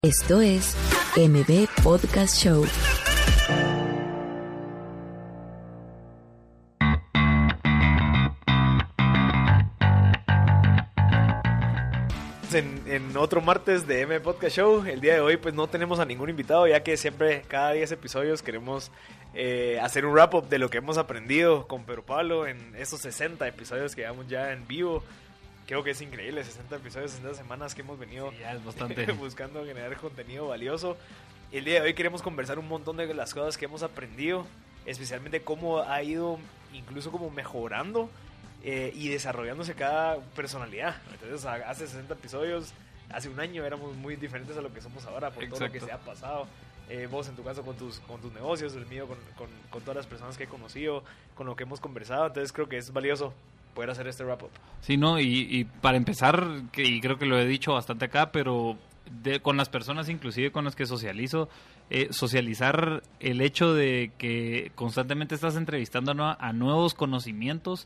Esto es MB Podcast Show. En otro martes de MB Podcast Show. El día de hoy pues no tenemos a ningún invitado, ya que siempre cada 10 episodios queremos hacer un wrap up de lo que hemos aprendido con Pedro Pablo en estos 60 episodios que llevamos ya en vivo. Creo que es increíble, 60 episodios, 60 semanas que hemos venido ya es bastante. buscando generar contenido valioso. El día de hoy queremos conversar un montón de las cosas que hemos aprendido, especialmente cómo ha ido incluso como mejorando y desarrollándose cada personalidad. Entonces, hace 60 episodios, hace un año éramos muy diferentes a lo que somos ahora por todo lo que se ha pasado. Vos en tu caso con tus negocios, el mío con todas las personas que he conocido, con lo que hemos conversado. Entonces creo que es valioso poder hacer este wrap up. Sí, no, y para empezar, y creo que lo he dicho bastante acá, pero con las personas inclusive con las que socializo, socializar el hecho de que constantemente estás entrevistando a nuevos conocimientos,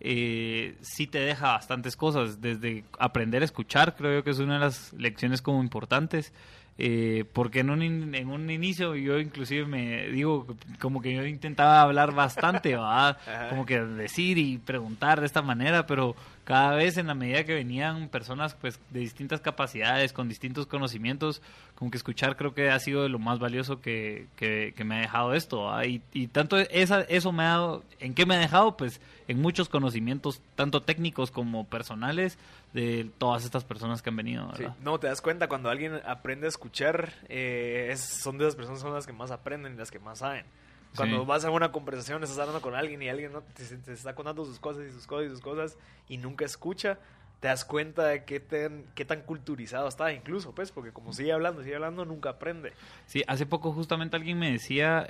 sí te deja bastantes cosas, desde aprender a escuchar, creo yo que es una de las lecciones como importantes. Porque en un inicio yo inclusive me digo como que yo intentaba hablar bastante, ¿verdad? Como que decir y preguntar de esta manera, pero cada vez en la medida que venían personas pues de distintas capacidades, con distintos conocimientos, como que escuchar creo que ha sido de lo más valioso que me ha dejado esto, ¿verdad? Y tanto eso me ha dado, ¿en qué me ha dejado? Pues en muchos conocimientos, tanto técnicos como personales, de todas estas personas que han venido, ¿verdad? Sí. No, te das cuenta cuando alguien aprende a escuchar, son de esas personas son las que más aprenden y las que más saben. Cuando vas a una conversación, estás hablando con alguien y alguien no te está contando sus cosas y sus cosas y sus cosas y nunca escucha, te das cuenta de qué tan culturizado está incluso, pues, porque como sigue hablando, nunca aprende. Sí, hace poco justamente alguien me decía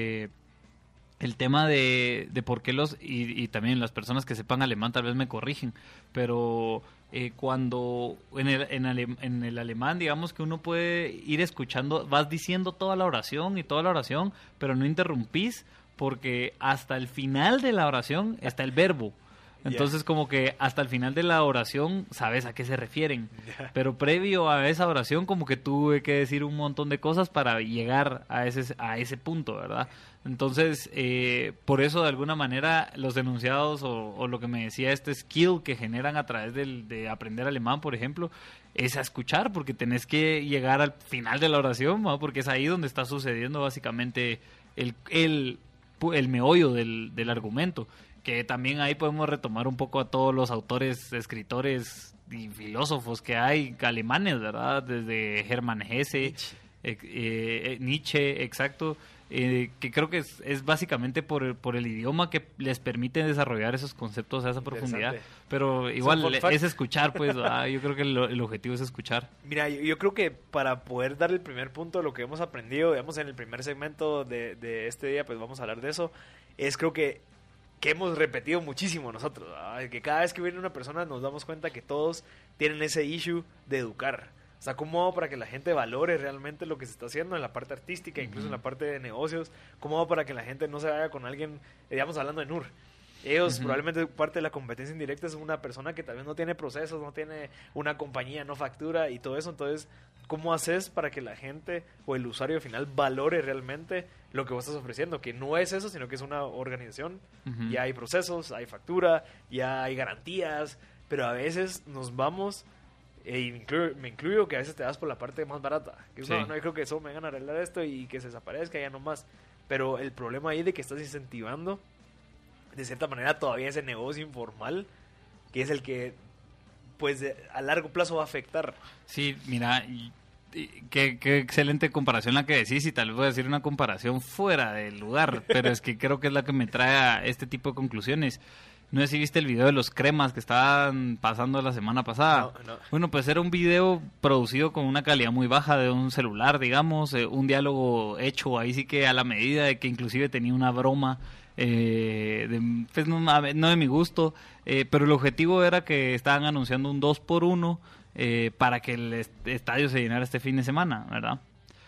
el tema de por qué y también las personas que sepan alemán tal vez me corrigen, pero cuando en el alemán, digamos que uno puede ir escuchando, vas diciendo toda la oración, pero no interrumpís porque hasta el final de la oración está el verbo. Entonces como que hasta el final de la oración sabes a qué se refieren, pero previo a esa oración como que tuve que decir un montón de cosas para llegar a ese punto, ¿verdad? Entonces por eso de alguna manera los enunciados o lo que me decía este skill que generan a través de aprender alemán, por ejemplo, es a escuchar, porque tenés que llegar al final de la oración, ¿no? Porque es ahí donde está sucediendo básicamente el meollo del argumento. Que también ahí podemos retomar un poco a todos los autores, escritores y filósofos que hay alemanes, ¿verdad? Desde Hermann Hesse, Nietzsche, exacto, que creo que es básicamente por el idioma que les permite desarrollar esos conceptos a esa profundidad. Pero igual es escuchar, pues, yo creo que el objetivo es escuchar. Mira, yo creo que para poder dar el primer punto de lo que hemos aprendido, digamos, en el primer segmento de este día, pues vamos a hablar de eso, es creo que hemos repetido muchísimo nosotros, ¿verdad? Que cada vez que viene una persona nos damos cuenta que todos tienen ese issue de educar. O sea, ¿cómo hago para que la gente valore realmente lo que se está haciendo en la parte artística, incluso en la parte de negocios? ¿Cómo hago para que la gente no se vaya con alguien, digamos, hablando de NUR? Ellos probablemente parte de la competencia indirecta es una persona que tal vez no tiene procesos, no tiene una compañía, no factura y todo eso. Entonces, ¿cómo haces para que la gente o el usuario final valore realmente lo que vos estás ofreciendo? Que no es eso, sino que es una organización. Ya hay procesos, hay factura, ya hay garantías, pero a veces nos vamos, me incluyo, que a veces te das por la parte más barata. Que no, yo creo que eso me van a arreglar esto y que se desaparezca ya nomás. Pero el problema ahí de que estás incentivando de cierta manera todavía ese negocio informal, que es el que pues a largo plazo va a afectar. Sí, mira, qué excelente comparación la que decís, y tal vez voy a decir una comparación fuera del lugar, pero es que creo que es la que me trae a este tipo de conclusiones. No sé si viste el video de los cremas que estaban pasando la semana pasada. No. Bueno, pues era un video producido con una calidad muy baja de un celular, digamos, un diálogo hecho ahí sí que a la medida, de que inclusive tenía una broma pues no de mi gusto, pero el objetivo era que estaban anunciando un 2x1 para que el estadio se llenara este fin de semana, ¿verdad?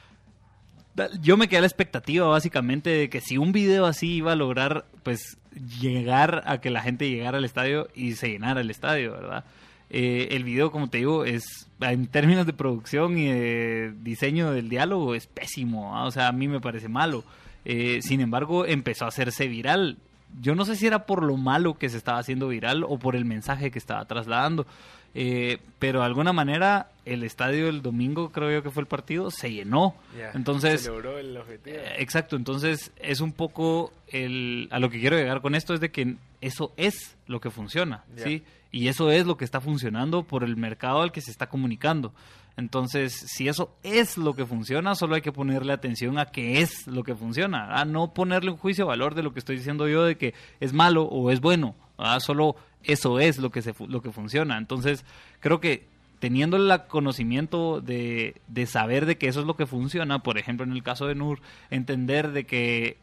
Yo me quedé a la expectativa básicamente de que si un video así iba a lograr pues llegar a que la gente llegara al estadio y se llenara el estadio, ¿verdad? El video, como te digo, es en términos de producción y de diseño del diálogo es pésimo, ¿ah? O sea, a mí me parece malo. Sin embargo, empezó a hacerse viral. Yo no sé si era por lo malo que se estaba haciendo viral o por el mensaje que estaba trasladando. Pero de alguna manera el estadio el domingo, creo yo que fue el partido, se llenó. Entonces, se logró el objetivo. Exacto, entonces es un poco a lo que quiero llegar con esto es de que eso es lo que funciona, ¿sí? Y eso es lo que está funcionando por el mercado al que se está comunicando. Entonces, si eso es lo que funciona, solo hay que ponerle atención a qué es lo que funciona, a no ponerle un juicio de valor de lo que estoy diciendo yo de que es malo o es bueno, solo eso es lo que funciona. Entonces, creo que teniendo el conocimiento de saber de que eso es lo que funciona, por ejemplo, en el caso de Nur, entender de que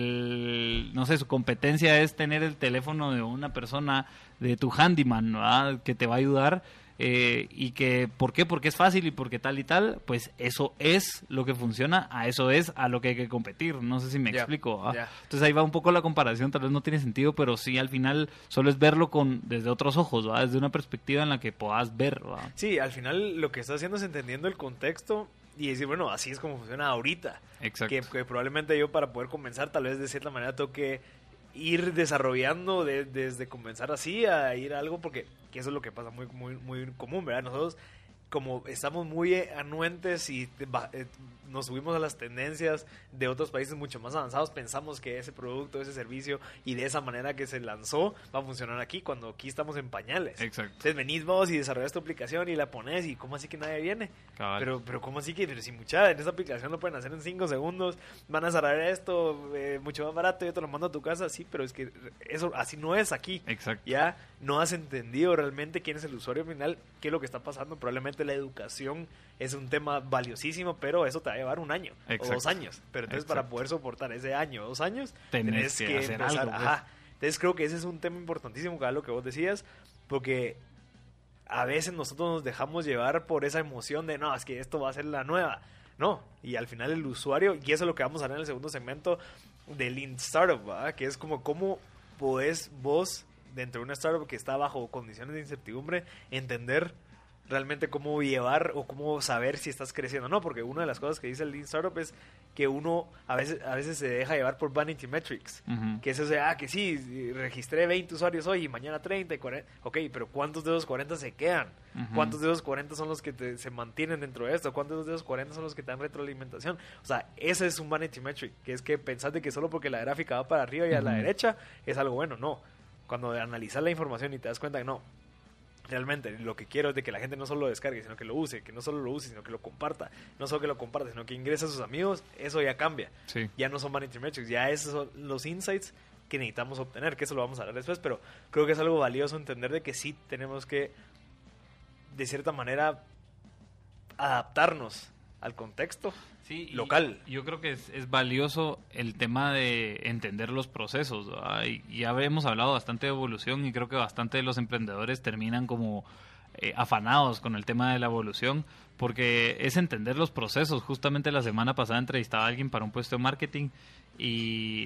no sé, su competencia es tener el teléfono de una persona, de tu handyman, ¿verdad?, que te va a ayudar, y que, ¿por qué? Porque es fácil y porque tal y tal, pues eso es lo que funciona, eso es a lo que hay que competir. No sé si me explico. Entonces ahí va un poco la comparación, tal vez no tiene sentido, pero sí al final solo es verlo desde otros ojos, ¿verdad?, desde una perspectiva en la que puedas ver, ¿verdad? Sí, al final lo que está haciendo es entendiendo el contexto y decir, bueno, así es como funciona ahorita. Exacto. Que probablemente yo, para poder comenzar, tal vez de cierta manera tengo que ir desarrollando desde comenzar así a ir a algo, porque que eso es lo que pasa muy, muy, muy común, ¿verdad? Nosotros, como estamos muy anuentes y nos subimos a las tendencias de otros países mucho más avanzados, pensamos que ese producto, ese servicio y de esa manera que se lanzó va a funcionar aquí, cuando aquí estamos en pañales. Exacto. Entonces venís vos y desarrollas tu aplicación y la pones y ¿cómo así que nadie viene? Pero ¿cómo así que? Pero si mucha, en esa aplicación lo pueden hacer en 5 segundos, van a desarrollar esto mucho más barato, yo te lo mando a tu casa, sí, pero es que eso así no es aquí. Exacto. Ya no has entendido realmente quién es el usuario final, qué es lo que está pasando. Probablemente la educación es un tema valiosísimo, pero eso te va a llevar 1 año. Exacto. O 2 años. Pero entonces para poder soportar ese año o 2 años, tenés que hacer empezar. algo, Ajá. Entonces creo que ese es un tema importantísimo, cada lo que vos decías, porque a veces nosotros nos dejamos llevar por esa emoción de no, es que esto va a ser la nueva. No, y al final el usuario, y eso es lo que vamos a ver en el segundo segmento de Lean Startup, ¿verdad? Que es como cómo podés vos, dentro de una startup que está bajo condiciones de incertidumbre, entender realmente cómo llevar o cómo saber si estás creciendo o no, porque una de las cosas que dice el Lean Startup es que uno a veces se deja llevar por vanity metrics, que es eso, que sí, registré 20 usuarios hoy y mañana 30 y 40, ok, pero ¿cuántos de esos 40 se quedan? ¿Cuántos de esos 40 son los que se mantienen dentro de esto? ¿Cuántos de esos 40 son los que te dan retroalimentación? O sea, ese es un vanity metric, que es que pensás de que solo porque la gráfica va para arriba y a la derecha es algo bueno. No, cuando analizas la información y te das cuenta que no, realmente lo que quiero es de que la gente no solo lo descargue, sino que lo use, que no solo lo use, sino que lo comparta, no solo que lo comparta, sino que ingrese a sus amigos. Eso ya cambia. Sí. Ya no son vanity metrics, ya esos son los insights que necesitamos obtener, que eso lo vamos a hablar después, pero creo que es algo valioso entender de que sí tenemos que, de cierta manera, adaptarnos al contexto local. Yo creo que es valioso el tema de entender los procesos, ¿verdad? Y ya hemos hablado bastante de evolución y creo que bastante de los emprendedores terminan como afanados con el tema de la evolución, porque es entender los procesos. Justamente la semana pasada entrevistaba a alguien para un puesto de marketing y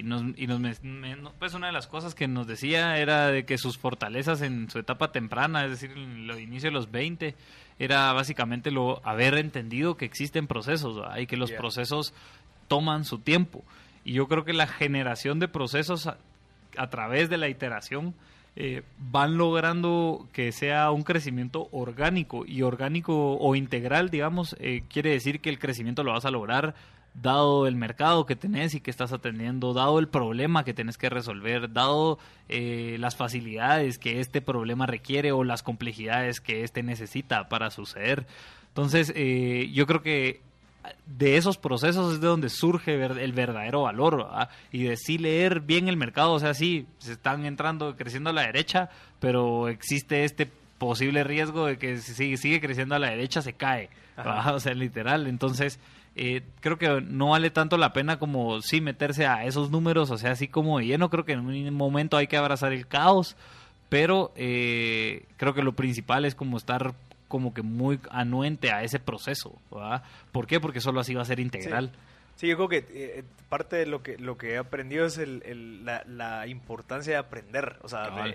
pues una de las cosas que nos decía era de que sus fortalezas en su etapa temprana, es decir, en el inicio de los 20, era básicamente haber entendido que existen procesos, ¿verdad? Y que los procesos toman su tiempo. Y yo creo que la generación de procesos a través de la iteración van logrando que sea un crecimiento orgánico. Y orgánico o integral, digamos, quiere decir que el crecimiento lo vas a lograr dado el mercado que tenés y que estás atendiendo, dado el problema que tenés que resolver, dado las facilidades que este problema requiere o las complejidades que este necesita para suceder. Entonces, yo creo que de esos procesos es de donde surge el verdadero valor, ¿verdad? Y de sí leer bien el mercado. O sea, sí, se están creciendo a la derecha, pero existe este posible riesgo de que si sigue creciendo a la derecha se cae, ¿verdad? O sea, literal. Entonces, creo que no vale tanto la pena como sí meterse a esos números, o sea, así como de lleno. Creo que en un momento hay que abrazar el caos, pero creo que lo principal es como estar como que muy anuente a ese proceso, ¿verdad? ¿Por qué? Porque solo así va a ser integral. Sí, yo creo que parte de lo que he aprendido es la importancia de aprender, o sea,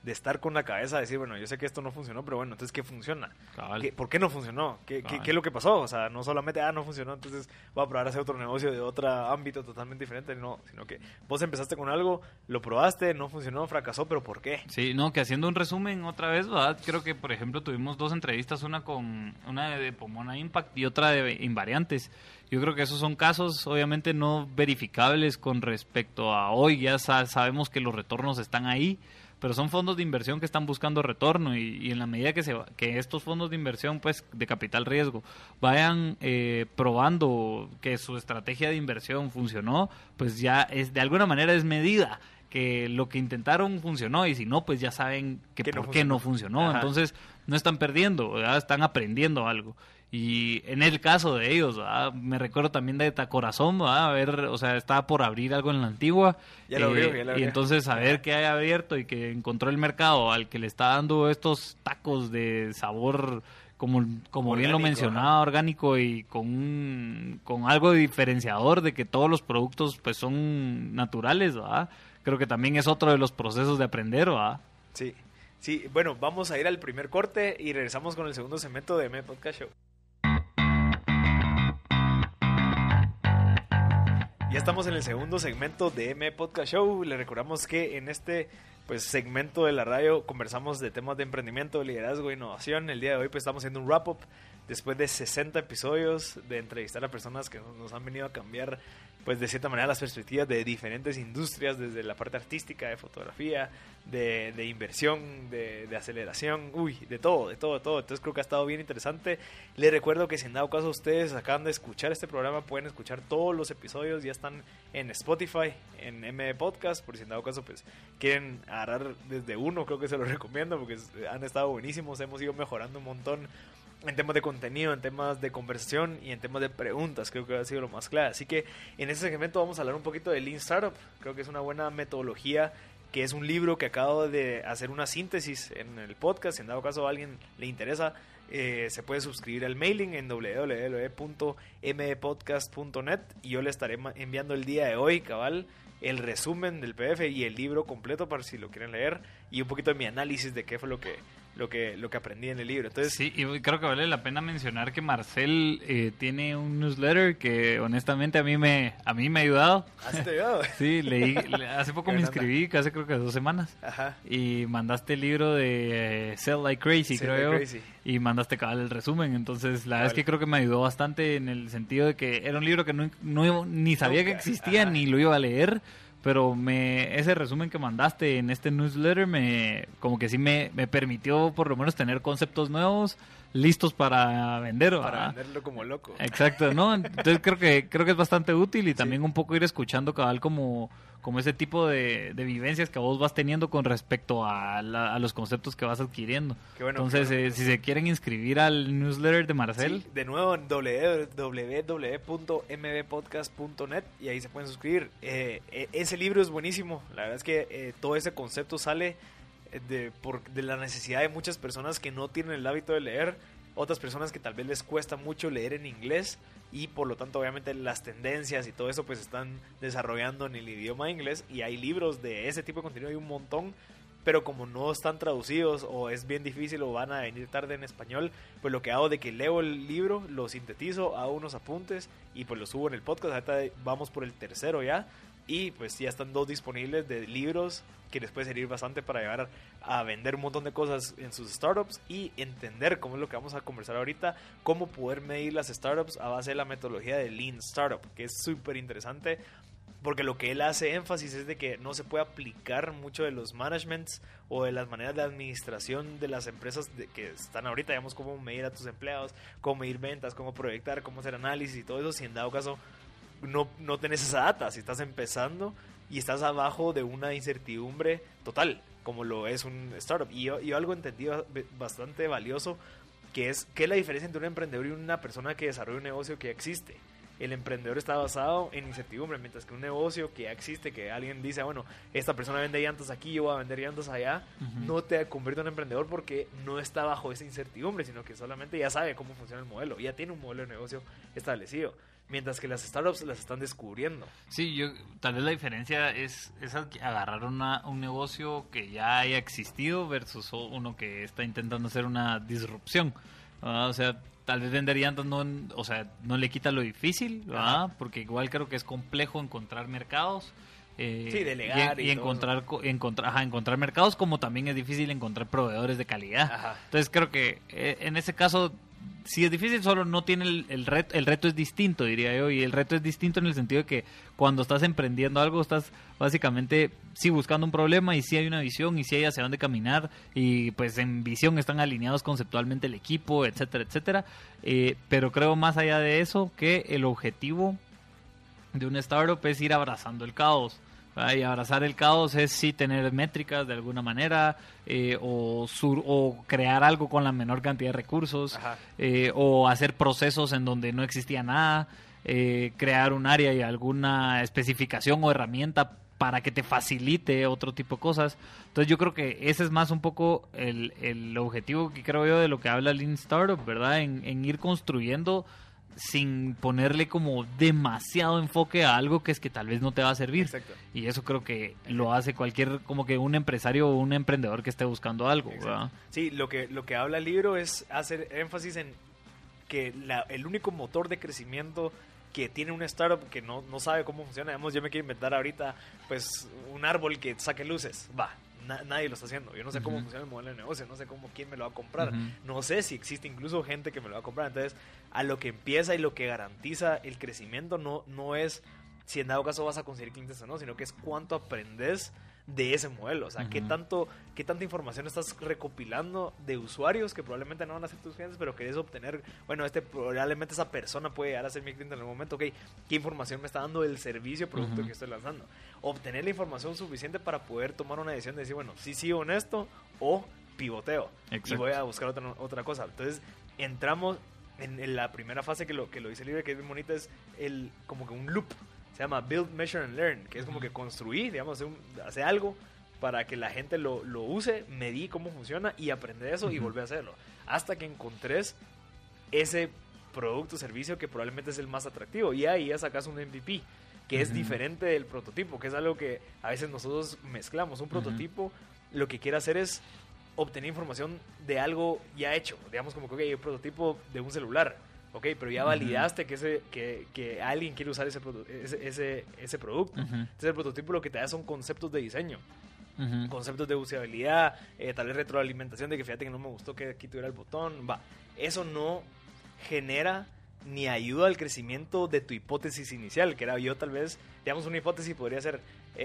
de estar con la cabeza, de decir, bueno, yo sé que esto no funcionó, pero bueno, entonces, ¿qué funciona? Cabal. ¿Por qué no funcionó? ¿Qué es lo que pasó? O sea, no solamente, no funcionó, entonces voy a probar a hacer otro negocio de otro ámbito totalmente diferente, no, sino que vos empezaste con algo, lo probaste, no funcionó, fracasó, pero ¿por qué? Sí, no, que haciendo un resumen otra vez, ¿verdad? Creo que, por ejemplo, tuvimos 2 entrevistas, una de Pomona Impact y otra de Invariantes. Yo creo que esos son casos, obviamente, no verificables con respecto a hoy. Ya sabemos que los retornos están ahí, pero son fondos de inversión que están buscando retorno y en la medida que estos fondos de inversión, pues, de capital riesgo, vayan probando que su estrategia de inversión funcionó, pues ya de alguna manera es medida que lo que intentaron funcionó y si no, pues ya saben que por qué no funcionó. Ajá. Entonces no están perdiendo, ¿verdad? Están aprendiendo algo. Y en el caso de ellos, ¿verdad? Me recuerdo también de Tacorazón, ¿verdad? A ver, o sea, estaba por abrir algo en la Antigua. Ya lo abrió. Y entonces saber que haya abierto y que encontró el mercado al que le está dando estos tacos de sabor, como Orgánico, bien lo mencionaba, orgánico y con algo diferenciador de que todos los productos pues son naturales, ¿verdad? Creo que también es otro de los procesos de aprender, ¿verdad? Sí, bueno, vamos a ir al primer corte y regresamos con el segundo segmento de M Podcast Show. Ya estamos en el segundo segmento de M Podcast Show. Les recordamos que en este segmento de la radio conversamos de temas de emprendimiento, liderazgo e innovación. El día de hoy pues estamos haciendo un wrap-up después de 60 episodios de entrevistar a personas que nos han venido a cambiar pues de cierta manera las perspectivas de diferentes industrias, desde la parte artística, de fotografía, de inversión, de aceleración, de todo. Entonces creo que ha estado bien interesante. Les recuerdo que si en dado caso ustedes acaban de escuchar este programa, pueden escuchar todos los episodios, ya están en Spotify, en M Podcast, por si en dado caso pues quieren agarrar desde uno, creo que se los recomiendo porque han estado buenísimos, hemos ido mejorando un montón en temas de contenido, en temas de conversación y en temas de preguntas. Creo que ha sido lo más clave. Así que en este segmento vamos a hablar un poquito de Lean Startup. Creo que es una buena metodología, que es un libro que acabo de hacer una síntesis en el podcast. Si en dado caso a alguien le interesa, se puede suscribir al mailing en www.mpodcast.net y yo le estaré enviando el día de hoy, cabal, el resumen del PDF y el libro completo para si lo quieren leer y un poquito de mi análisis de qué fue lo que aprendí en el libro. Entonces, sí, y creo que vale la pena mencionar que Marcel tiene un newsletter que honestamente a mí me ha ayudado. ¿Has te ayudado? Sí, hace poco me inscribí, casi creo que 2 semanas. Ajá. Y mandaste el libro de Sell Like Crazy, creo yo. Y mandaste cabal el resumen. Entonces, la verdad es que creo que me ayudó bastante en el sentido de que era un libro que ni sabía que existía, ajá, ni lo iba a leer. Pero ese resumen que mandaste en este newsletter como que sí me permitió por lo menos tener conceptos nuevos listos para vender. Para venderlo como loco. Exacto, ¿no? Entonces creo que es bastante útil y también un poco ir escuchando cabal como ese tipo de vivencias que vos vas teniendo con respecto a los conceptos que vas adquiriendo. Qué bueno, entonces, si se quieren inscribir al newsletter de Marcel, sí, de nuevo en www.mbpodcast.net y ahí se pueden suscribir. Ese libro es buenísimo. La verdad es que todo ese concepto sale de la necesidad de muchas personas que no tienen el hábito de leer, otras personas que tal vez les cuesta mucho leer en inglés y por lo tanto obviamente las tendencias y todo eso pues están desarrollando en el idioma inglés y hay libros de ese tipo de contenido, hay un montón, pero como no están traducidos o es bien difícil o van a venir tarde en español, pues lo que hago de que leo el libro, lo sintetizo, hago unos apuntes y pues lo subo en el podcast. Ahorita vamos por el tercero ya y pues ya están 2 disponibles de libros que les puede servir bastante para llegar a vender un montón de cosas en sus startups y entender cómo es lo que vamos a conversar ahorita, cómo poder medir las startups a base de la metodología de Lean Startup, que es súper interesante porque lo que él hace énfasis es de que no se puede aplicar mucho de los managements o de las maneras de administración de las empresas que están ahorita, digamos, cómo medir a tus empleados, cómo medir ventas, cómo proyectar, cómo hacer análisis y todo eso, si en dado caso no tenés esa data, si estás empezando y estás abajo de una incertidumbre total, como lo es un startup. Y yo algo entendí bastante valioso, que es la diferencia entre un emprendedor y una persona que desarrolla un negocio que ya existe. El emprendedor está basado en incertidumbre, mientras que un negocio que ya existe, que alguien dice, bueno, esta persona vende llantas aquí, yo voy a vender llantas allá, no te convierte en un emprendedor porque no está bajo esa incertidumbre, sino que solamente ya sabe cómo funciona el modelo, ya tiene un modelo de negocio establecido. mientras que las startups las están descubriendo. Sí, tal vez la diferencia es agarrar un negocio que ya haya existido versus uno que está intentando hacer una disrupción. O sea, tal vez vender llantas no le quita lo difícil, porque igual creo que es complejo encontrar mercados. Delegar y encontrar mercados, como también es difícil encontrar proveedores de calidad. Ajá. Entonces creo que en ese caso sí es difícil, solo no tiene el reto es distinto, diría yo, y el reto es distinto en el sentido de que cuando estás emprendiendo algo estás básicamente sí buscando un problema y sí hay una visión y sí hay hacia dónde caminar y pues en visión están alineados conceptualmente el equipo, etcétera, etcétera, pero creo más allá de eso que el objetivo de una startup es ir abrazando el caos. Y abrazar el caos es sí tener métricas de alguna manera, o crear algo con la menor cantidad de recursos, o hacer procesos en donde no existía nada, crear un área y alguna especificación o herramienta para que te facilite otro tipo de cosas. Entonces yo creo que ese es más un poco el objetivo que creo yo de lo que habla Lean Startup, ¿verdad? En ir construyendo sin ponerle como demasiado enfoque a algo que es que tal vez no te va a servir. Exacto. Y eso creo que lo hace cualquier, como que un empresario o un emprendedor que esté buscando algo, ¿verdad? Sí, lo que habla el libro es hacer énfasis en que el único motor de crecimiento que tiene una startup que no sabe cómo funciona, digamos, yo me quiero inventar ahorita pues un árbol que saque luces, nadie lo está haciendo, yo no sé cómo funciona el modelo de negocio, no sé quién me lo va a comprar, no sé si existe incluso gente que me lo va a comprar. Entonces a lo que empieza y lo que garantiza el crecimiento no es si en dado caso vas a conseguir clientes o no, sino que es cuánto aprendes de ese modelo, o sea, qué tanta información estás recopilando de usuarios que probablemente no van a ser tus clientes, pero querés obtener, bueno, probablemente esa persona puede llegar a ser mi cliente en algún momento, ¿qué información me está dando el servicio o producto que estoy lanzando? Obtener la información suficiente para poder tomar una decisión de decir, bueno, sí sigo en esto o pivoteo. Exacto. Y voy a buscar otra cosa. Entonces, entramos en la primera fase que lo dice el libro, que es bien bonita, es como que un loop. Se llama Build, Measure and Learn, que es como que construir, digamos, hacer algo para que la gente lo use, medí cómo funciona y aprender eso y volver a hacerlo. Hasta que encontres ese producto o servicio que probablemente es el más atractivo. Y ahí ya sacas un MVP, que es diferente del prototipo, que es algo que a veces nosotros mezclamos. Un prototipo lo que quiere hacer es obtener información de algo ya hecho. Digamos como que, okay, el prototipo de un celular. Ok, pero ya validaste que alguien quiere usar ese producto. Entonces el prototipo lo que te da son conceptos de diseño, conceptos de usabilidad, tal vez retroalimentación de que fíjate que no me gustó que aquí tuviera el botón. Eso no genera ni ayuda al crecimiento de tu hipótesis inicial, que era yo tal vez, digamos, una hipótesis podría ser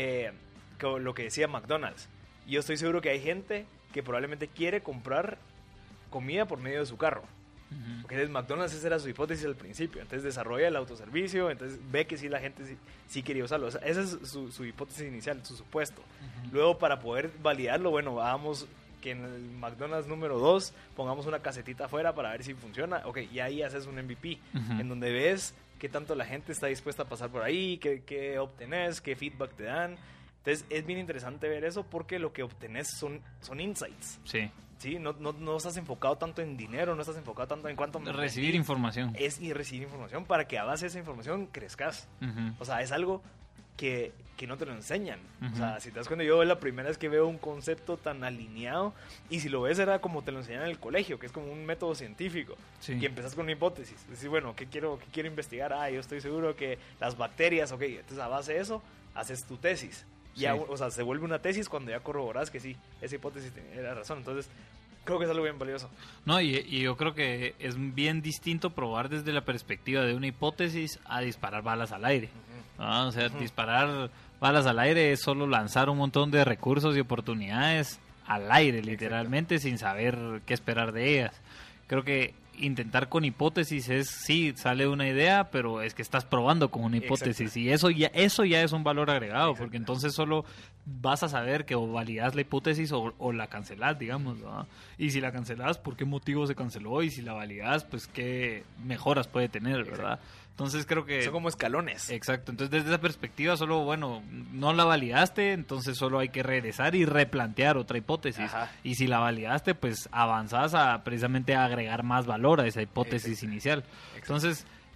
lo que decía McDonald's. Yo estoy seguro que hay gente que probablemente quiere comprar comida por medio de su carro. Porque entonces McDonald's, esa era su hipótesis al principio. Entonces desarrolla el autoservicio, entonces ve que sí la gente sí quería usarlo. O sea, esa es su hipótesis inicial, su supuesto. Luego, para poder validarlo, bueno, vamos que en el McDonald's número 2 pongamos una casetita afuera para ver si funciona. Ok, y ahí haces un MVP, en donde ves qué tanto la gente está dispuesta a pasar por ahí, qué obtenés, qué feedback te dan. Entonces es bien interesante ver eso, porque lo que obtenés son insights. Sí, no estás enfocado tanto en dinero, no estás enfocado tanto en cuánto... Recibir información. Y recibir información para que a base de esa información crezcas. O sea, es algo que no te lo enseñan. O sea, si te das cuenta, yo la primera vez que veo un concepto tan alineado, y si lo ves era como te lo enseñan en el colegio, que es como un método científico. Y empezás con una hipótesis. Decir, bueno, ¿qué quiero investigar? Yo estoy seguro que las bacterias, ok. Entonces a base de eso, haces tu tesis. Ya, o sea, se vuelve una tesis cuando ya corroboras que sí, esa hipótesis tenía razón. Entonces, creo que es algo bien valioso. No, y yo creo que es bien distinto probar desde la perspectiva de una hipótesis a disparar balas al aire. O sea, disparar balas al aire es solo lanzar un montón de recursos y oportunidades al aire, literalmente, sin saber qué esperar de ellas. Creo que intentar con hipótesis sí, sale una idea, pero es que estás probando con una hipótesis. Y eso ya es un valor agregado, porque entonces solo vas a saber que o validas la hipótesis o la cancelás, digamos, ¿no? Y si la cancelás, ¿por qué motivo se canceló? Y si la validas, pues qué mejoras puede tener, ¿verdad? Entonces creo que... Son como escalones. Exacto. Entonces desde esa perspectiva solo, no la validaste, entonces solo hay que regresar y replantear otra hipótesis. Y si la validaste, pues avanzás precisamente a agregar más valor a esa hipótesis inicial. Entonces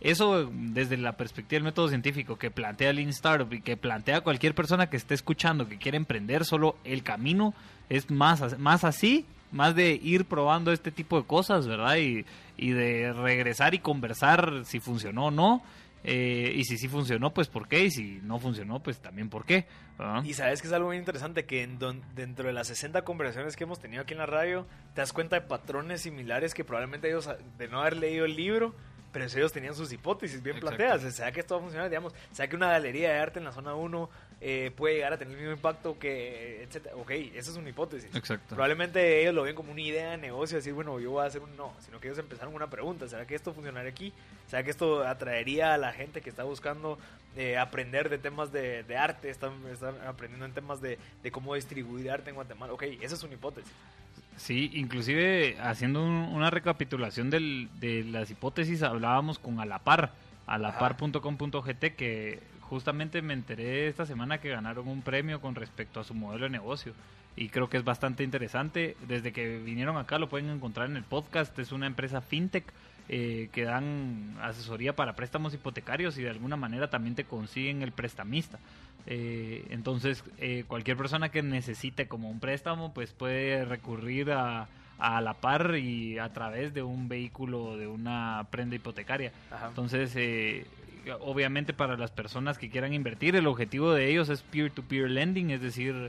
eso desde la perspectiva del método científico que plantea Lean Startup y que plantea cualquier persona que esté escuchando que quiere emprender, solo el camino es más así, más de ir probando este tipo de cosas, ¿verdad? Y de regresar y conversar si funcionó o no. Y si sí funcionó, pues ¿por qué? Y si no funcionó, pues también ¿por qué? ¿verdad? Y sabes que es algo muy interesante que dentro de las 60 conversaciones que hemos tenido aquí en la radio, te das cuenta de patrones similares que probablemente ellos, de no haber leído el libro, pero ellos tenían sus hipótesis bien Exacto. planteadas. O sea, que esto va a funcionar, digamos, sea que una galería de arte en la zona 1 puede llegar a tener el mismo impacto que, etcétera. Ok, esa es una hipótesis. Exacto. Probablemente ellos lo ven como una idea de negocio, decir, bueno, yo voy a hacer un no, sino que ellos empezaron una pregunta, ¿será que esto funcionaría aquí? ¿Será que esto atraería a la gente que está buscando aprender de temas de arte, están aprendiendo en temas de cómo distribuir arte en Guatemala? Ok, esa es una hipótesis. Sí, inclusive haciendo una recapitulación de las hipótesis, hablábamos con alapar.com.gt, que justamente me enteré esta semana que ganaron un premio con respecto a su modelo de negocio. Y creo que es bastante interesante. Desde que vinieron acá lo pueden encontrar en el podcast. Es una empresa fintech que dan asesoría para préstamos hipotecarios y de alguna manera también te consiguen el prestamista. Entonces cualquier persona que necesite como un préstamo pues puede recurrir a la par y a través de un vehículo, de una prenda hipotecaria. Ajá. Entonces obviamente para las personas que quieran invertir, el objetivo de ellos es peer-to-peer lending, es decir,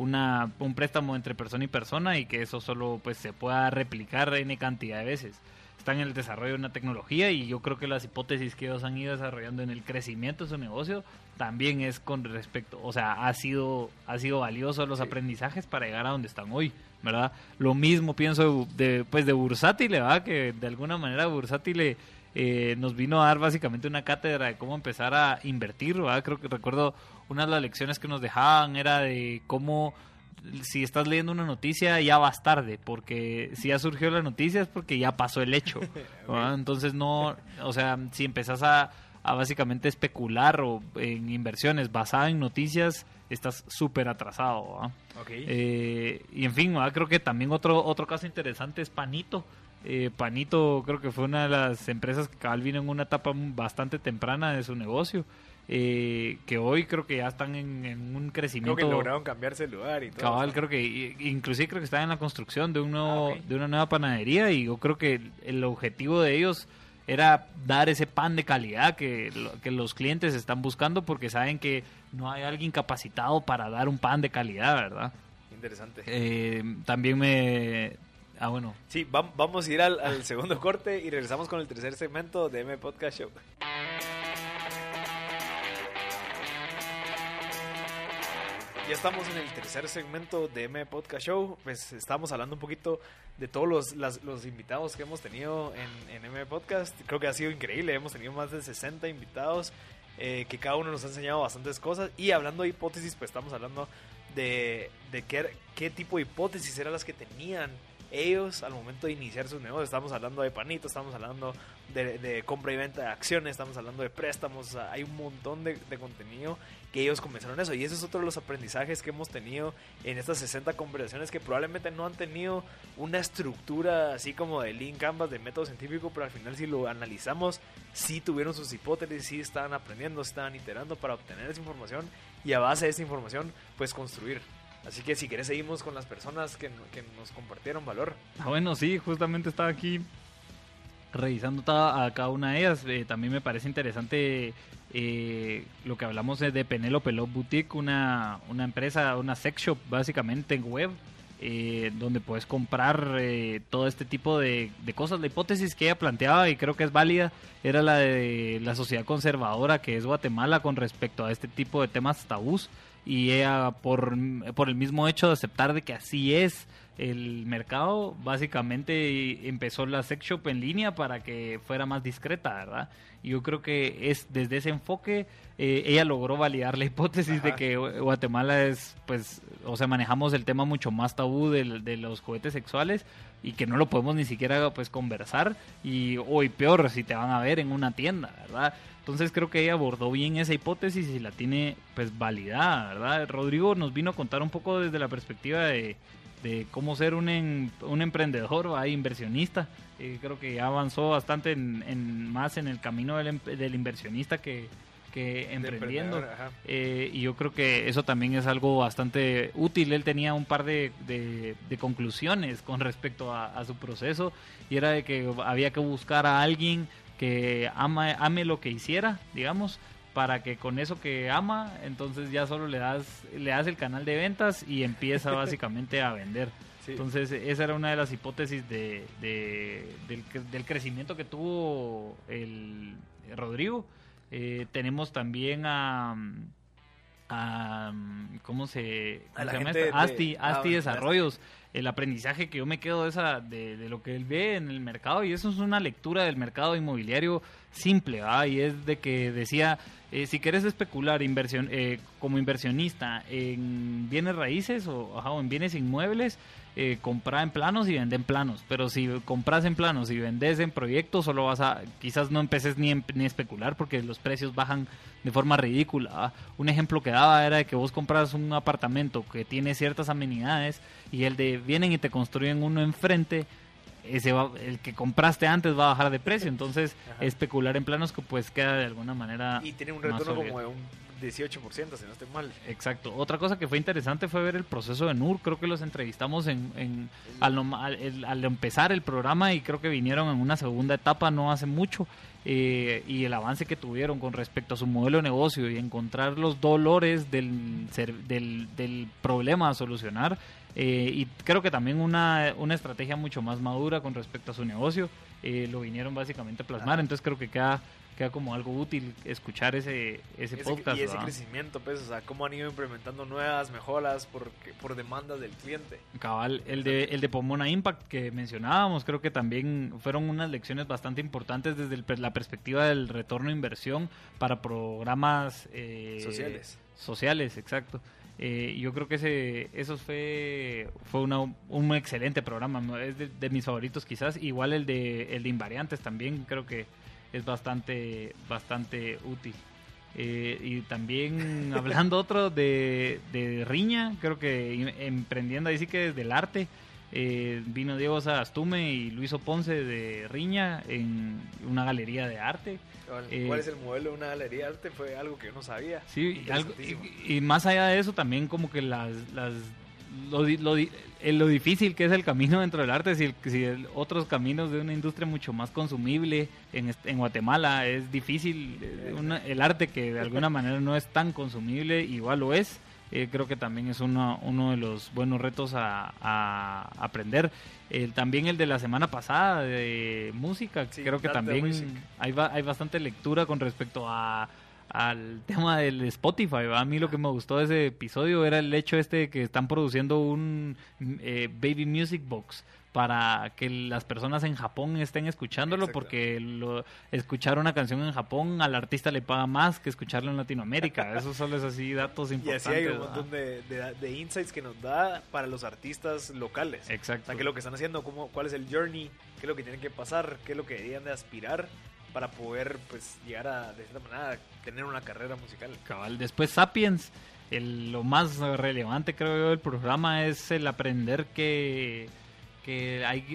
un préstamo entre persona y persona, y que eso solo pues se pueda replicar N cantidad de veces. Están en el desarrollo de una tecnología y yo creo que las hipótesis que ellos han ido desarrollando en el crecimiento de su negocio también es con respecto, o sea, ha sido valioso los aprendizajes para llegar a donde están hoy, ¿verdad? Lo mismo pienso de Bursátil, ¿verdad? Que de alguna manera Bursátil nos vino a dar básicamente una cátedra de cómo empezar a invertir, ¿verdad? Creo que recuerdo una de las lecciones que nos dejaban era de cómo, si estás leyendo una noticia ya vas tarde, porque si ya surgió la noticia es porque ya pasó el hecho, ¿verdad? Entonces no, o sea, si empezás a básicamente especular o en inversiones basadas en noticias, estás súper atrasado, ¿verdad? Okay. Y en fin, ¿verdad? Creo que también otro caso interesante es Panito. Panito creo que fue una de las empresas que cabal vino en una etapa bastante temprana de su negocio, que hoy creo que ya están en un crecimiento. Creo que lograron cambiarse el lugar y todo. Cabal, creo que inclusive creo que están en la construcción de de una nueva panadería, y yo creo que el objetivo de ellos era dar ese pan de calidad que los clientes están buscando, porque saben que no hay alguien capacitado para dar un pan de calidad, ¿verdad? Interesante. También bueno. Sí, vamos a ir al segundo corte y regresamos con el tercer segmento de M Podcast Show. Ya estamos en el tercer segmento de M Podcast Show. Pues estamos hablando un poquito de todos los invitados que hemos tenido en M Podcast. Creo que ha sido increíble. Hemos tenido más de 60 invitados que cada uno nos ha enseñado bastantes cosas. Y hablando de hipótesis, pues estamos hablando de qué tipo de hipótesis eran las que tenían ellos al momento de iniciar sus negocios. Estamos hablando de Panito, estamos hablando de compra y venta de acciones, estamos hablando de préstamos. O sea, hay un montón de contenido que ellos comenzaron eso, y ese es otro de los aprendizajes que hemos tenido en estas 60 conversaciones, que probablemente no han tenido una estructura así como de Lean Canvas, de método científico, pero al final si lo analizamos, sí tuvieron sus hipótesis, sí estaban aprendiendo, estaban iterando para obtener esa información y a base de esa información pues construir. Así que si querés seguimos con las personas que nos compartieron valor. Bueno, sí, justamente estaba aquí revisando a cada una de ellas. También me parece interesante lo que hablamos de Penélope Love Boutique, una empresa, una sex shop básicamente en web, donde puedes comprar todo este tipo de cosas. La hipótesis que ella planteaba, y creo que es válida, era la de la sociedad conservadora que es Guatemala con respecto a este tipo de temas tabús. Y ella, por el mismo hecho de aceptar de que así es el mercado, básicamente empezó la sex shop en línea para que fuera más discreta, ¿verdad? Y yo creo que es desde ese enfoque ella logró validar la hipótesis de que Guatemala es, pues, o sea, manejamos el tema mucho más tabú de los juguetes sexuales, y que no lo podemos ni siquiera pues conversar, y peor si te van a ver en una tienda, ¿verdad? Entonces creo que ella abordó bien esa hipótesis y la tiene pues validada, ¿verdad? Rodrigo nos vino a contar un poco desde la perspectiva de de cómo ser un emprendedor, inversionista. Creo que ya avanzó bastante más en el camino del inversionista que emprendiendo. Y yo creo que eso también es algo bastante útil. Él tenía un par de conclusiones con respecto a su proceso, y era de que había que buscar a alguien que ame lo que hiciera, digamos, para que con eso que ama, entonces ya solo le das el canal de ventas y empieza básicamente a vender. Sí. Entonces esa era una de las hipótesis del crecimiento que tuvo el Rodrigo. Tenemos también ¿cómo se llama esto? Asti Desarrollos. El aprendizaje que yo me quedo de lo que él ve en el mercado, y eso es una lectura del mercado inmobiliario simple, ¿va? Y es de que decía, si quieres especular como inversionista en bienes raíces o en bienes inmuebles, compra en planos y vende en planos. Pero si compras en planos y vendes en proyectos, solo quizás no empeces ni a especular, porque los precios bajan de forma ridícula, ¿va? Un ejemplo que daba era de que vos compras un apartamento que tiene ciertas amenidades y vienen y te construyen uno enfrente, el que compraste antes va a bajar de precio. Entonces especular en planos que pues queda de alguna manera, y tiene un retorno como de un 18%, si no estoy mal. Exacto. Otra cosa que fue interesante fue ver el proceso de NUR. Creo que los entrevistamos al empezar el programa, y creo que vinieron en una segunda etapa no hace mucho, y el avance que tuvieron con respecto a su modelo de negocio y encontrar los dolores del problema a solucionar. Y creo que también una estrategia mucho más madura con respecto a su negocio, lo vinieron básicamente a plasmar. Entonces creo que queda como algo útil escuchar ese podcast. Y ese crecimiento, pues, o sea, cómo han ido implementando nuevas mejoras por demandas del cliente. Cabal, el de Pomona Impact que mencionábamos, creo que también fueron unas lecciones bastante importantes desde la perspectiva del retorno de inversión para programas sociales, exacto. Yo creo que eso fue un excelente programa, es de mis favoritos quizás. Igual el de Invariantes también creo que es bastante útil. Y también hablando otro de Riña, creo que emprendiendo ahí sí que desde el arte, vino Diego Sagastume y Luis Ponce de Riña en una galería de arte. ¿Cuál es el modelo de una galería de arte? Fue algo que yo no sabía. Sí, y más allá de eso también como que lo difícil que es el camino dentro del arte. Si otros caminos de una industria mucho más consumible en Guatemala es difícil, el arte que de alguna manera no es tan consumible igual lo es. Creo que también es uno de los buenos retos a aprender. También el de la semana pasada de música, sí, creo que también hay bastante lectura con respecto al tema del Spotify, ¿va? A mí lo que me gustó de ese episodio era el hecho de que están produciendo un Baby Music Box para que las personas en Japón estén escuchándolo. Exacto. Porque escuchar una canción en Japón al artista le paga más que escucharlo en Latinoamérica. Eso solo es así, datos importantes. Y así hay un montón de insights que nos da para los artistas locales. Exacto. O sea, qué es lo que están haciendo, cuál es el journey, qué es lo que tienen que pasar, qué es lo que deberían de aspirar para poder pues llegar de cierta manera a tener una carrera musical. Cabal. Después Sapiens, lo más relevante creo yo del programa es el aprender que hay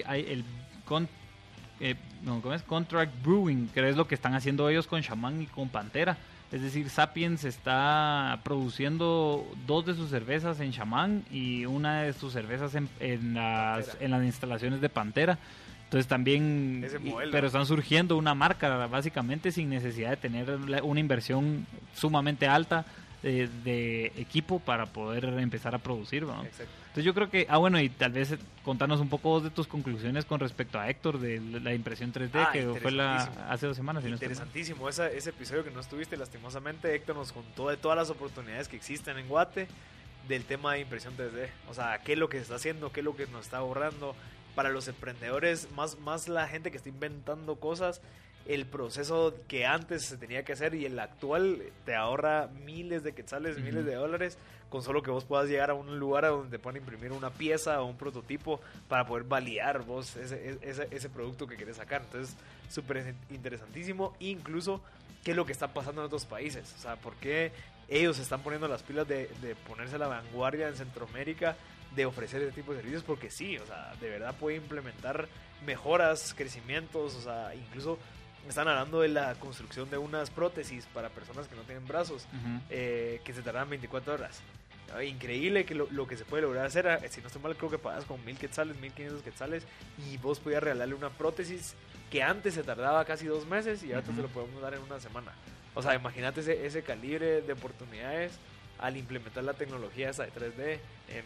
Contract Brewing, que es lo que están haciendo ellos con Shaman y con Pantera. Es decir, Sapiens está produciendo 2 de sus cervezas en Shaman y una de sus cervezas en las instalaciones de Pantera. Entonces también, pero están surgiendo una marca básicamente sin necesidad de tener una inversión sumamente alta de equipo para poder empezar a producir, ¿no? Exacto. Entonces yo creo que, y tal vez contanos un poco de tus conclusiones con respecto a Héctor de la impresión 3D que fue hace 2 semanas. Interesantísimo, ese episodio que no estuviste lastimosamente, Héctor nos contó de todas las oportunidades que existen en Guate del tema de impresión 3D, o sea, qué es lo que se está haciendo, qué es lo que nos está ahorrando para los emprendedores, más la gente que está inventando cosas. El proceso que antes se tenía que hacer y el actual te ahorra miles de quetzales, miles de dólares, con solo que vos puedas llegar a un lugar donde te puedan imprimir una pieza o un prototipo para poder validar vos ese producto que querés sacar. Entonces, súper interesantísimo. Incluso, ¿qué es lo que está pasando en otros países? O sea, ¿por qué ellos se están poniendo las pilas de ponerse a la vanguardia en Centroamérica de ofrecer ese tipo de servicios, porque sí, o sea, de verdad puede implementar mejoras, crecimientos, o sea, incluso están hablando de la construcción de unas prótesis para personas que no tienen brazos, que se tardan 24 horas. Increíble que lo que se puede lograr hacer. Si no estoy mal, creo que pagas con 1,000 quetzales, 1,500 quetzales, y vos podías regalarle una prótesis que antes se tardaba casi 2 meses y ahora te lo podemos dar en una semana. O sea, imagínate ese calibre de oportunidades al implementar la tecnología esa de 3D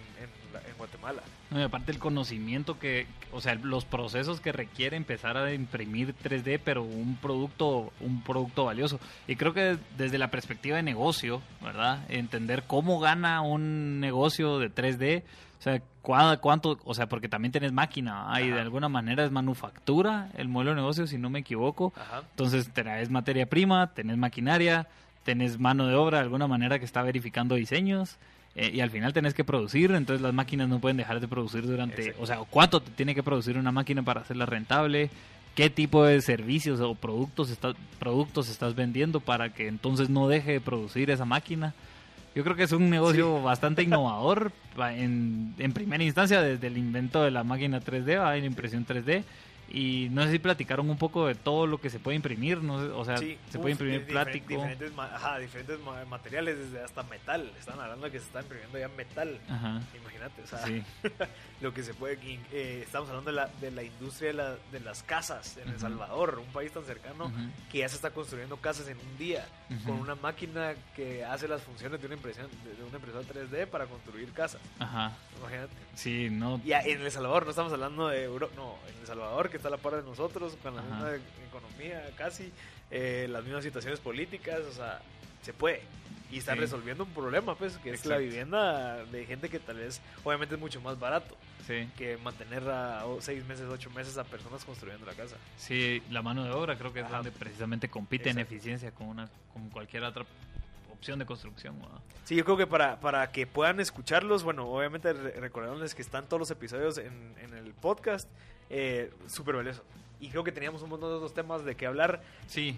en Guatemala. No, y aparte el conocimiento o sea, los procesos que requiere empezar a imprimir 3D, pero un producto valioso. Y creo que desde la perspectiva de negocio, ¿verdad? Entender cómo gana un negocio de 3D, o sea, cuánto, o sea, porque también tenés máquina, y de alguna manera es manufactura el modelo de negocio, si no me equivoco. Ajá. Entonces tenés materia prima, tenés maquinaria, tenés mano de obra de alguna manera que está verificando diseños, y al final tenés que producir. Entonces las máquinas no pueden dejar de producir durante, o sea, cuánto te tiene que producir una máquina para hacerla rentable, qué tipo de servicios o productos estás vendiendo para que entonces no deje de producir esa máquina. Yo creo que es un negocio bastante innovador en primera instancia, desde el invento de la máquina 3D, la impresión 3D. Y no sé si platicaron un poco de todo lo que se puede imprimir, no sé, o sea, se puede imprimir plástico. Diferentes materiales, desde hasta metal. Estaban hablando de que se está imprimiendo ya metal. Ajá. Imagínate, o sea, sí. Lo que se puede... estamos hablando de la industria de las casas en El Salvador, un país tan cercano que ya se está construyendo casas en un día con una máquina que hace las funciones de una impresora 3D para construir casas. Ajá. Imagínate. Sí, no... Y en El Salvador, no estamos hablando de Europa, no, en El Salvador, que está a la par de nosotros, con la misma economía casi, las mismas situaciones políticas, o sea, se puede. Y están resolviendo un problema, pues, que es la vivienda de gente que tal vez, obviamente es mucho más barato que mantener a 6 meses, 8 meses a personas construyendo la casa. Sí, la mano de obra creo que es donde precisamente compite en eficiencia con cualquier otra opción de construcción, ¿no? Sí, yo creo que para que puedan escucharlos, bueno, obviamente recordándoles que están todos los episodios en el podcast, súper valioso. Y creo que teníamos un montón de otros temas de qué hablar. Sí.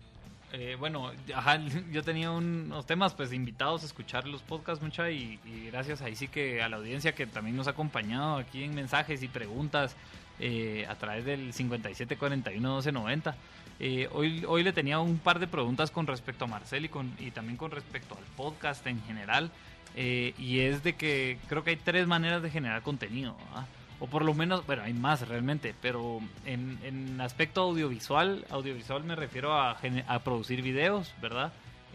Bueno, ajá, yo tenía unos temas, pues, invitados a escuchar los podcasts, mucha, y gracias ahí sí que a la audiencia que también nos ha acompañado aquí en mensajes y preguntas a través del 5741-1290. Hoy le tenía un par de preguntas con respecto a Marcel y también con respecto al podcast en general, y es de que creo que hay 3 maneras de generar contenido, ¿verdad? O por lo menos, bueno, hay más realmente, pero en aspecto audiovisual me refiero a producir videos, ¿verdad?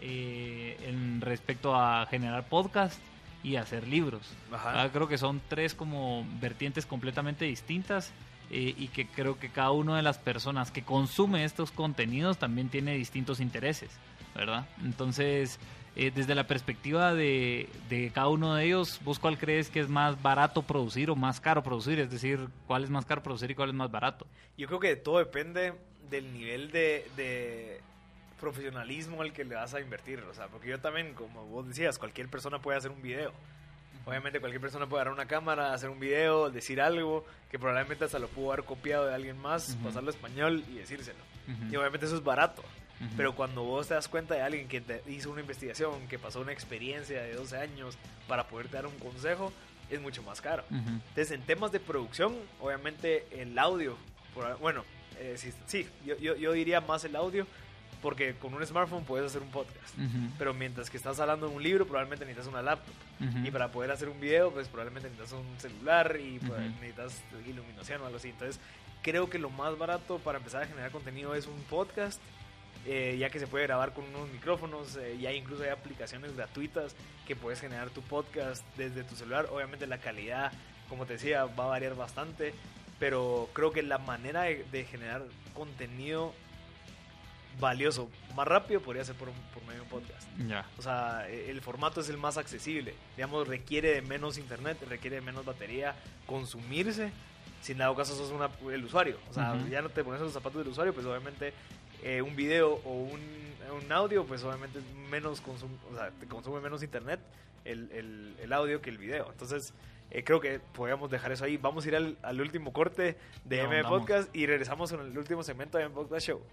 En respecto a generar podcast y hacer libros. Ajá. Creo que son 3 como vertientes completamente distintas, y que creo que cada una de las personas que consume estos contenidos también tiene distintos intereses, ¿verdad? Entonces, desde la perspectiva de cada uno de ellos, ¿vos cuál crees que es más barato producir o más caro producir? Es decir, ¿cuál es más caro producir y cuál es más barato? Yo creo que todo depende del nivel de profesionalismo al que le vas a invertir. O sea, porque yo también, como vos decías, cualquier persona puede hacer un video. Obviamente cualquier persona puede agarrar una cámara, hacer un video, decir algo que probablemente hasta lo pudo haber copiado de alguien más, pasarlo a español y decírselo. Y obviamente eso es barato. Pero cuando vos te das cuenta de alguien que te hizo una investigación, que pasó una experiencia de 12 años para poderte dar un consejo, es mucho más caro. Entonces, en temas de producción, obviamente el audio, bueno, sí, yo diría más el audio, porque con un smartphone puedes hacer un podcast. Pero mientras que estás hablando de un libro, probablemente necesitas una laptop. Y para poder hacer un video, pues probablemente necesitas un celular y necesitas iluminación o algo así. Entonces, creo que lo más barato para empezar a generar contenido es un podcast. Ya que se puede grabar con unos micrófonos, ya incluso hay aplicaciones gratuitas que puedes generar tu podcast desde tu celular. Obviamente la calidad, como te decía, va a variar bastante, pero creo que la manera de generar contenido valioso más rápido podría ser por medio de un podcast. O sea, el formato es el más accesible, digamos, requiere de menos internet, requiere de menos batería consumirse. Si en dado caso sos el usuario, o sea, ya no te pones en los zapatos del usuario, pues obviamente un video o un audio, pues obviamente es menos o sea, te consume menos internet el audio que el video. Entonces, creo que podríamos dejar eso ahí. Vamos a ir al último corte de M Podcast y regresamos con el último segmento de M Podcast Show.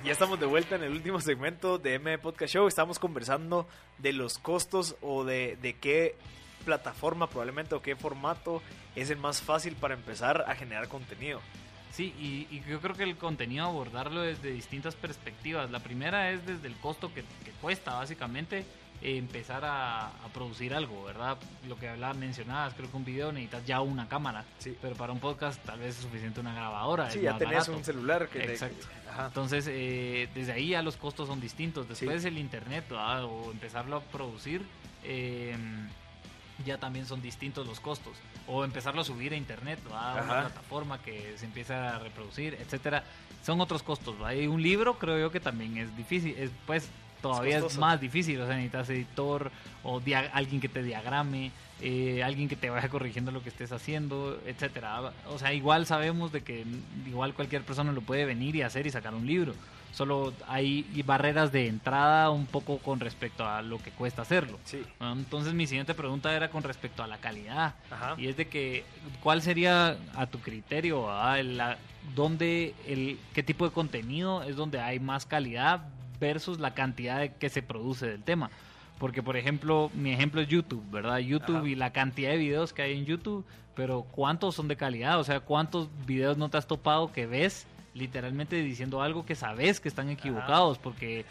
Ya estamos de vuelta en el último segmento de MB Podcast Show. Estamos conversando de los costos o de qué plataforma probablemente o qué formato es el más fácil para empezar a generar contenido. Sí, y yo creo que el contenido abordarlo desde distintas perspectivas. La primera es desde el costo que cuesta básicamente empezar a producir algo, ¿verdad? Lo que mencionabas, creo que un video necesitas ya una cámara, sí. Pero para un podcast tal vez es suficiente una grabadora. Sí, es ya más tenés barato. un celular. Exacto. Entonces, desde ahí ya los costos son distintos. Después sí. el internet, ¿verdad? O empezarlo a producir, ya también son distintos los costos. O empezarlo a subir a internet, ¿verdad? A una plataforma que se empieza a reproducir, etcétera. Son otros costos, ¿verdad? Y un libro creo yo que también es difícil. Todavía es más difícil, o sea, necesitas editor o alguien que te diagrame, alguien que te vaya corrigiendo lo que estés haciendo, etcétera. O sea, igual sabemos de que igual cualquier persona lo puede venir y hacer y sacar un libro. Solo hay barreras de entrada un poco con respecto a lo que cuesta hacerlo. Sí. Entonces mi siguiente pregunta era con respecto a la calidad. Ajá. Y es de que, ¿cuál sería a tu criterio, qué tipo de contenido es donde hay más calidad versus la cantidad que se produce del tema? Porque, por ejemplo, mi ejemplo es YouTube, ¿verdad? YouTube y la cantidad de videos que hay en YouTube, pero ¿cuántos son de calidad? O sea, ¿cuántos videos no te has topado que ves literalmente diciendo algo que sabes que están equivocados? Porque,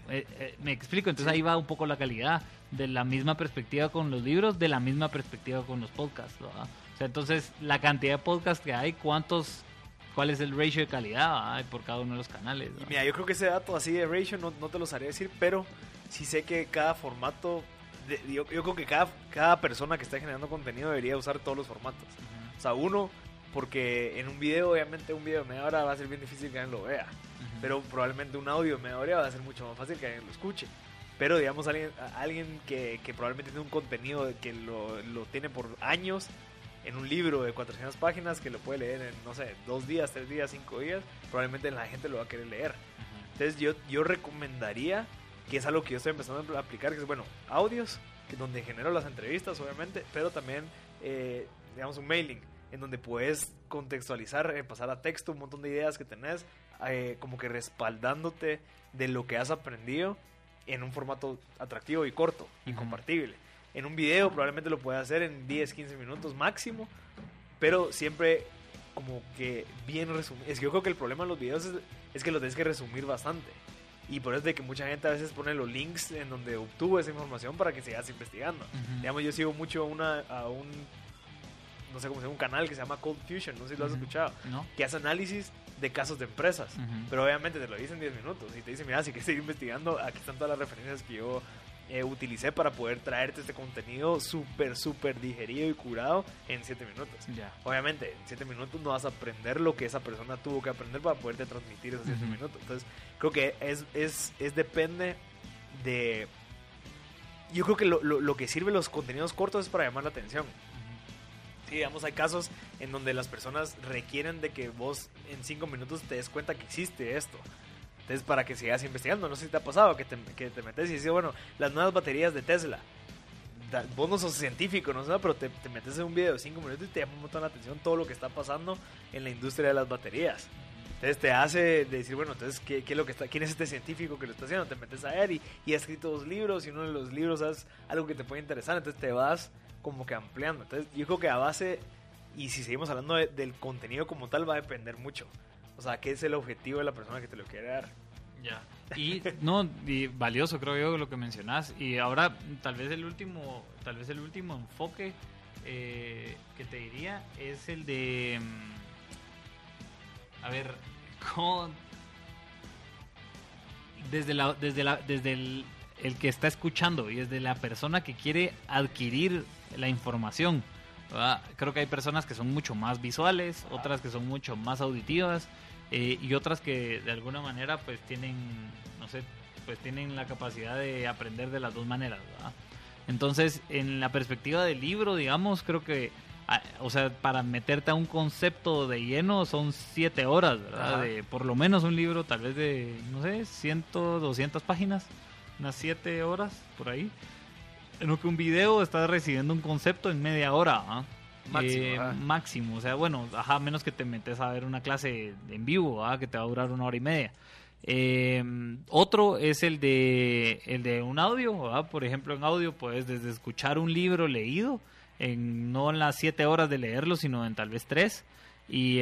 me explico, entonces ahí va un poco la calidad, de la misma perspectiva con los libros, de la misma perspectiva con los podcasts, ¿verdad? O sea, entonces, la cantidad de podcasts que hay, ¿cuál es el ratio de calidad por cada uno de los canales? Y mira, yo creo que ese dato así de ratio no te lo sabría decir, pero sí sé que cada formato, yo creo que cada persona que está generando contenido debería usar todos los formatos. O sea, uno, porque en un video, obviamente un video de media hora va a ser bien difícil que alguien lo vea, pero probablemente un audio de media hora va a ser mucho más fácil que alguien lo escuche. Pero digamos alguien que probablemente tiene un contenido que lo tiene por años, en un libro de 400 páginas que lo puede leer en, no sé, 2 días, 3 días, 5 días, probablemente la gente lo va a querer leer. Entonces yo recomendaría, que es algo que yo estoy empezando a aplicar, que es, bueno, audios, que es donde genero las entrevistas, obviamente, pero también, digamos, un mailing, en donde puedes contextualizar, pasar a texto un montón de ideas que tenés, como que respaldándote de lo que has aprendido en un formato atractivo y corto y compartible. En un video probablemente lo puedes hacer en 10, 15 minutos máximo, pero siempre como que bien resumido. Es que yo creo que el problema de los videos es que los tienes que resumir bastante. Y por eso es de que mucha gente a veces pone los links en donde obtuvo esa información para que sigas investigando. Digamos, yo sigo mucho a un no sé cómo se llama, un canal que se llama Cold Fusion, no sé si lo has escuchado, ¿no? Que hace análisis de casos de empresas, pero obviamente te lo dicen en 10 minutos y te dicen, mira, si quieres seguir investigando, aquí están todas las referencias que yo utilicé para poder traerte este contenido súper digerido y curado en 7 minutos. Obviamente, en 7 minutos no vas a aprender lo que esa persona tuvo que aprender para poderte transmitir esos 7 minutos. Entonces, creo que es depende de... Yo creo que lo que sirve los contenidos cortos es para llamar la atención. Sí, digamos, hay casos en donde las personas requieren de que vos en 5 minutos te des cuenta que existe esto. Entonces, para que sigas investigando, no sé si te ha pasado que te metes y dices, bueno, las nuevas baterías de Tesla. Vos no sos científico, no sé, pero te metes en un video de 5 minutos y te llama un montón la atención todo lo que está pasando en la industria de las baterías. Entonces te hace decir, bueno, entonces ¿qué es lo que quién es este científico que lo está haciendo? Te metes a ver y ha escrito 2 libros y uno de los libros es algo que te puede interesar, entonces te vas como que ampliando. Entonces yo creo que a base, y si seguimos hablando del contenido como tal, va a depender mucho. O sea, ¿qué es el objetivo de la persona que te lo quiere dar? Ya. Y valioso creo yo lo que mencionás. Y ahora tal vez el último enfoque que te diría es el de a ver, ¿cómo? Desde el que está escuchando y desde la persona que quiere adquirir la información, ¿verdad? Creo que hay personas que son mucho más visuales, otras que son mucho más auditivas, y otras que de alguna manera pues tienen, no sé, pues tienen la capacidad de aprender de las dos maneras, ¿verdad? Entonces, en la perspectiva del libro, digamos, creo que, o sea, para meterte a un concepto de lleno son 7 horas, ¿verdad? Por lo menos un libro tal vez de, no sé, 100, 200 páginas, unas 7 horas, por ahí. En lo que un video estás recibiendo un concepto en media hora, ¿ah? Máximo, o sea, bueno, menos que te metes a ver una clase en vivo, que te va a durar 1 hora y media. Otro es el de un audio, ¿verdad? Por ejemplo, en audio puedes desde escuchar un libro leído, no en las 7 horas de leerlo, sino en tal vez 3. Y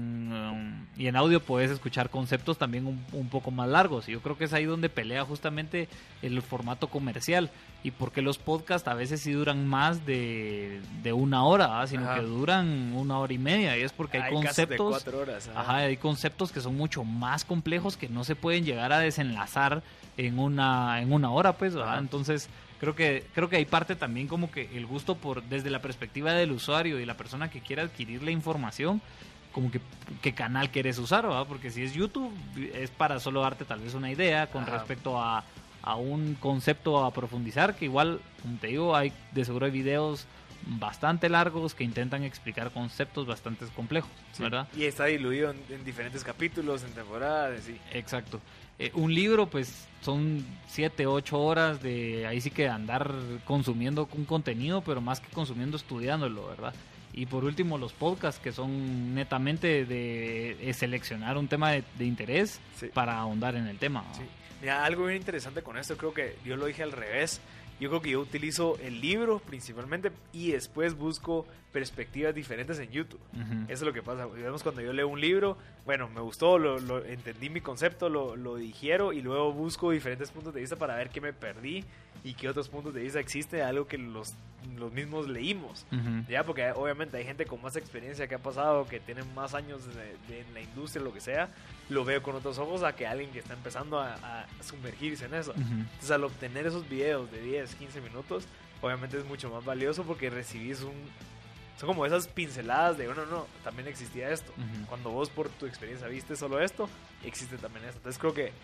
en audio puedes escuchar conceptos también un poco más largos. Y yo creo que es ahí donde pelea justamente el formato comercial. Y porque los podcasts a veces sí duran más de 1 hora, ¿ah? Sino que duran 1 hora y media. Y es porque hay conceptos, de 4 horas. hay conceptos que son mucho más complejos que no se pueden llegar a desenlazar en una hora, pues. Entonces creo que hay parte también como que el gusto por desde la perspectiva del usuario y la persona que quiera adquirir la información, como que qué canal quieres usar, ¿verdad? Porque si es YouTube es para solo darte tal vez una idea con respecto a un concepto a profundizar, que igual, como te digo, de seguro hay videos bastante largos que intentan explicar conceptos bastante complejos, ¿verdad? Y está diluido en diferentes capítulos, en temporadas, sí. Exacto. Un libro, pues, son 7, 8 horas de ahí sí que andar consumiendo un contenido, pero más que consumiendo, estudiándolo, ¿verdad? Y por último, los podcasts, que son netamente de seleccionar un tema de interés para ahondar en el tema, ¿no? Sí. Mira, algo bien interesante con esto, creo que yo lo dije al revés. Yo creo que yo utilizo el libro principalmente y después busco perspectivas diferentes en YouTube. Eso es lo que pasa. Digamos, cuando yo leo un libro, bueno, me gustó, lo entendí mi concepto, lo digiero y luego busco diferentes puntos de vista para ver qué me perdí y qué otros puntos de vista existe, algo que los mismos leímos. Ya, porque obviamente hay gente con más experiencia que ha pasado, que tiene más años en la industria, lo que sea, lo veo con otros ojos a que alguien que está empezando a sumergirse en eso. Entonces, al obtener esos videos de 10, 15 minutos, obviamente es mucho más valioso porque recibís son como esas pinceladas de, no, también existía esto. Cuando vos por tu experiencia viste solo esto, existe también esto. Entonces creo que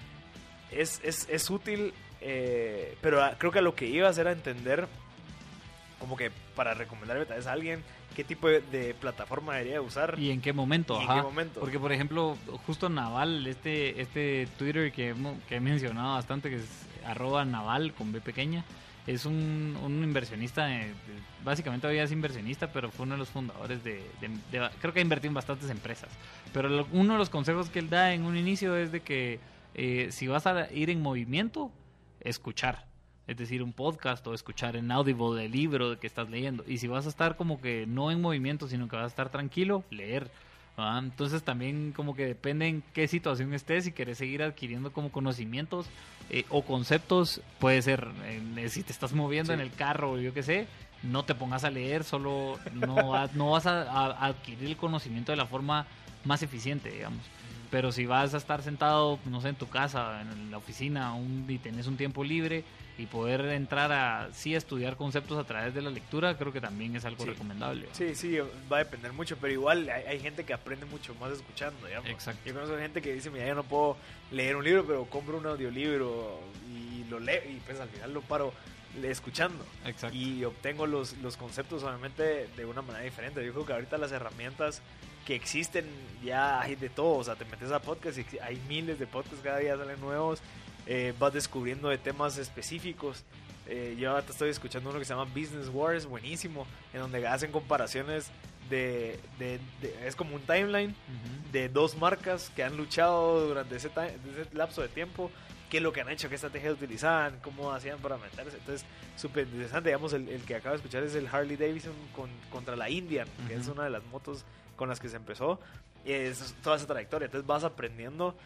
es útil, pero creo que a lo que ibas era entender como que para recomendarle tal vez a alguien qué tipo de plataforma debería usar. Y en qué momento. ¿En qué momento? Porque, por ejemplo, justo Naval, este Twitter que he mencionado bastante, que es @Naval con B pequeña, es un inversionista, básicamente hoy es inversionista, pero fue uno de los fundadores creo que ha invertido en bastantes empresas. Pero uno de los consejos que él da en un inicio es de que si vas a ir en movimiento, escuchar. Es decir, un podcast o escuchar en Audible el libro que estás leyendo. Y si vas a estar como que no en movimiento, sino que vas a estar tranquilo, leer. Entonces también como que depende en qué situación estés, si querés seguir adquiriendo como conocimientos o conceptos, puede ser, si te estás moviendo en el carro o yo qué sé, no te pongas a leer, solo no vas a adquirir el conocimiento de la forma más eficiente, digamos. Pero si vas a estar sentado, no sé, en tu casa, en la oficina, y tenés un tiempo libre y poder entrar a estudiar conceptos a través de la lectura, creo que también es algo recomendable. Sí, va a depender mucho, pero igual hay gente que aprende mucho más escuchando, digamos. Exacto. Yo conozco gente que dice, mira, yo no puedo leer un libro, pero compro un audiolibro y lo leo y pues al final lo paro escuchando. Exacto. Y obtengo los conceptos obviamente de una manera diferente. Yo creo que ahorita las herramientas que existen ya hay de todo, o sea, te metes a podcast y hay miles de podcasts, cada día salen nuevos, vas descubriendo de temas específicos. Yo ahora estoy escuchando uno que se llama Business Wars, buenísimo, en donde hacen comparaciones es como un timeline de dos marcas que han luchado durante ese lapso de tiempo, qué es lo que han hecho, qué estrategias utilizaban, cómo hacían para meterse. Entonces, súper interesante. Digamos, el que acabo de escuchar es el Harley Davidson contra la Indian, que es una de las motos con las que se empezó, y es toda esa trayectoria. Entonces vas aprendiendo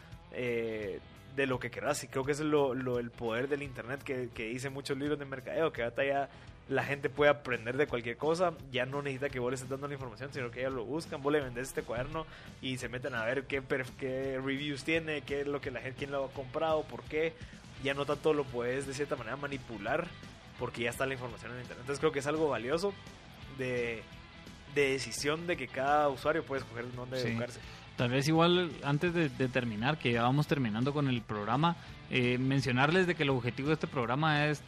de lo que querás, y creo que es el poder del internet que dice muchos libros de mercadeo, que ahorita ya la gente puede aprender de cualquier cosa, ya no necesita que vos le estés dando la información, sino que ellos lo buscan, vos le vendés este cuaderno y se meten a ver qué reviews tiene, qué es lo que la gente, quién lo ha comprado, por qué. Ya no tanto lo puedes de cierta manera manipular, porque ya está la información en internet. Entonces creo que es algo valioso de decisión de que cada usuario puede escoger dónde educarse. Tal vez igual antes de terminar, que ya vamos terminando con el programa, mencionarles de que el objetivo de este programa es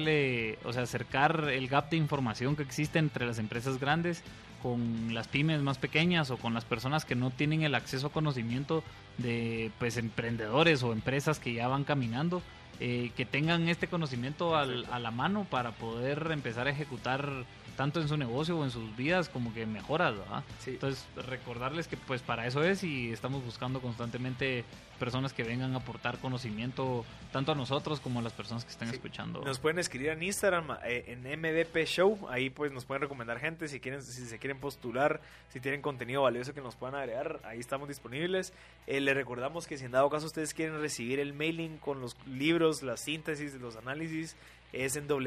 acercar el gap de información que existe entre las empresas grandes con las pymes más pequeñas o con las personas que no tienen el acceso a conocimiento de emprendedores o empresas que ya van caminando, que tengan este conocimiento a la mano para poder empezar a ejecutar tanto en su negocio o en sus vidas como que mejoras, ¿verdad? Sí. Entonces recordarles que pues para eso es, y estamos buscando constantemente personas que vengan a aportar conocimiento tanto a nosotros como a las personas que estén escuchando. Nos pueden escribir en Instagram en MDP Show, ahí pues nos pueden recomendar gente si se quieren postular, si tienen contenido valioso que nos puedan agregar, ahí estamos disponibles. Les recordamos que si en dado caso ustedes quieren recibir el mailing con los libros, las síntesis, los análisis, es en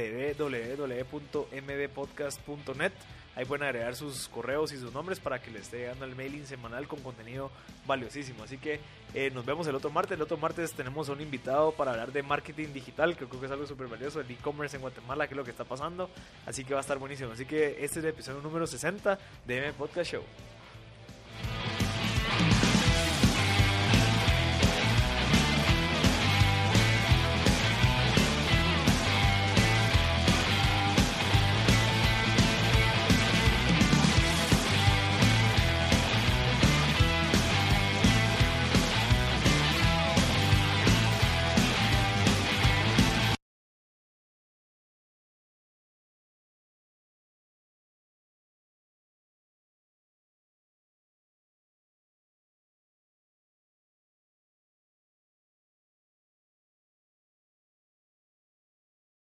www.mbpodcast.net. Ahí pueden agregar sus correos y sus nombres para que les esté llegando el mailing semanal con contenido valiosísimo. Así que nos vemos el otro martes. El otro martes tenemos a un invitado para hablar de marketing digital, que creo que es algo súper valioso, el e-commerce en Guatemala, que es lo que está pasando. Así que va a estar buenísimo. Así que este es el episodio número 60 de M Podcast Show.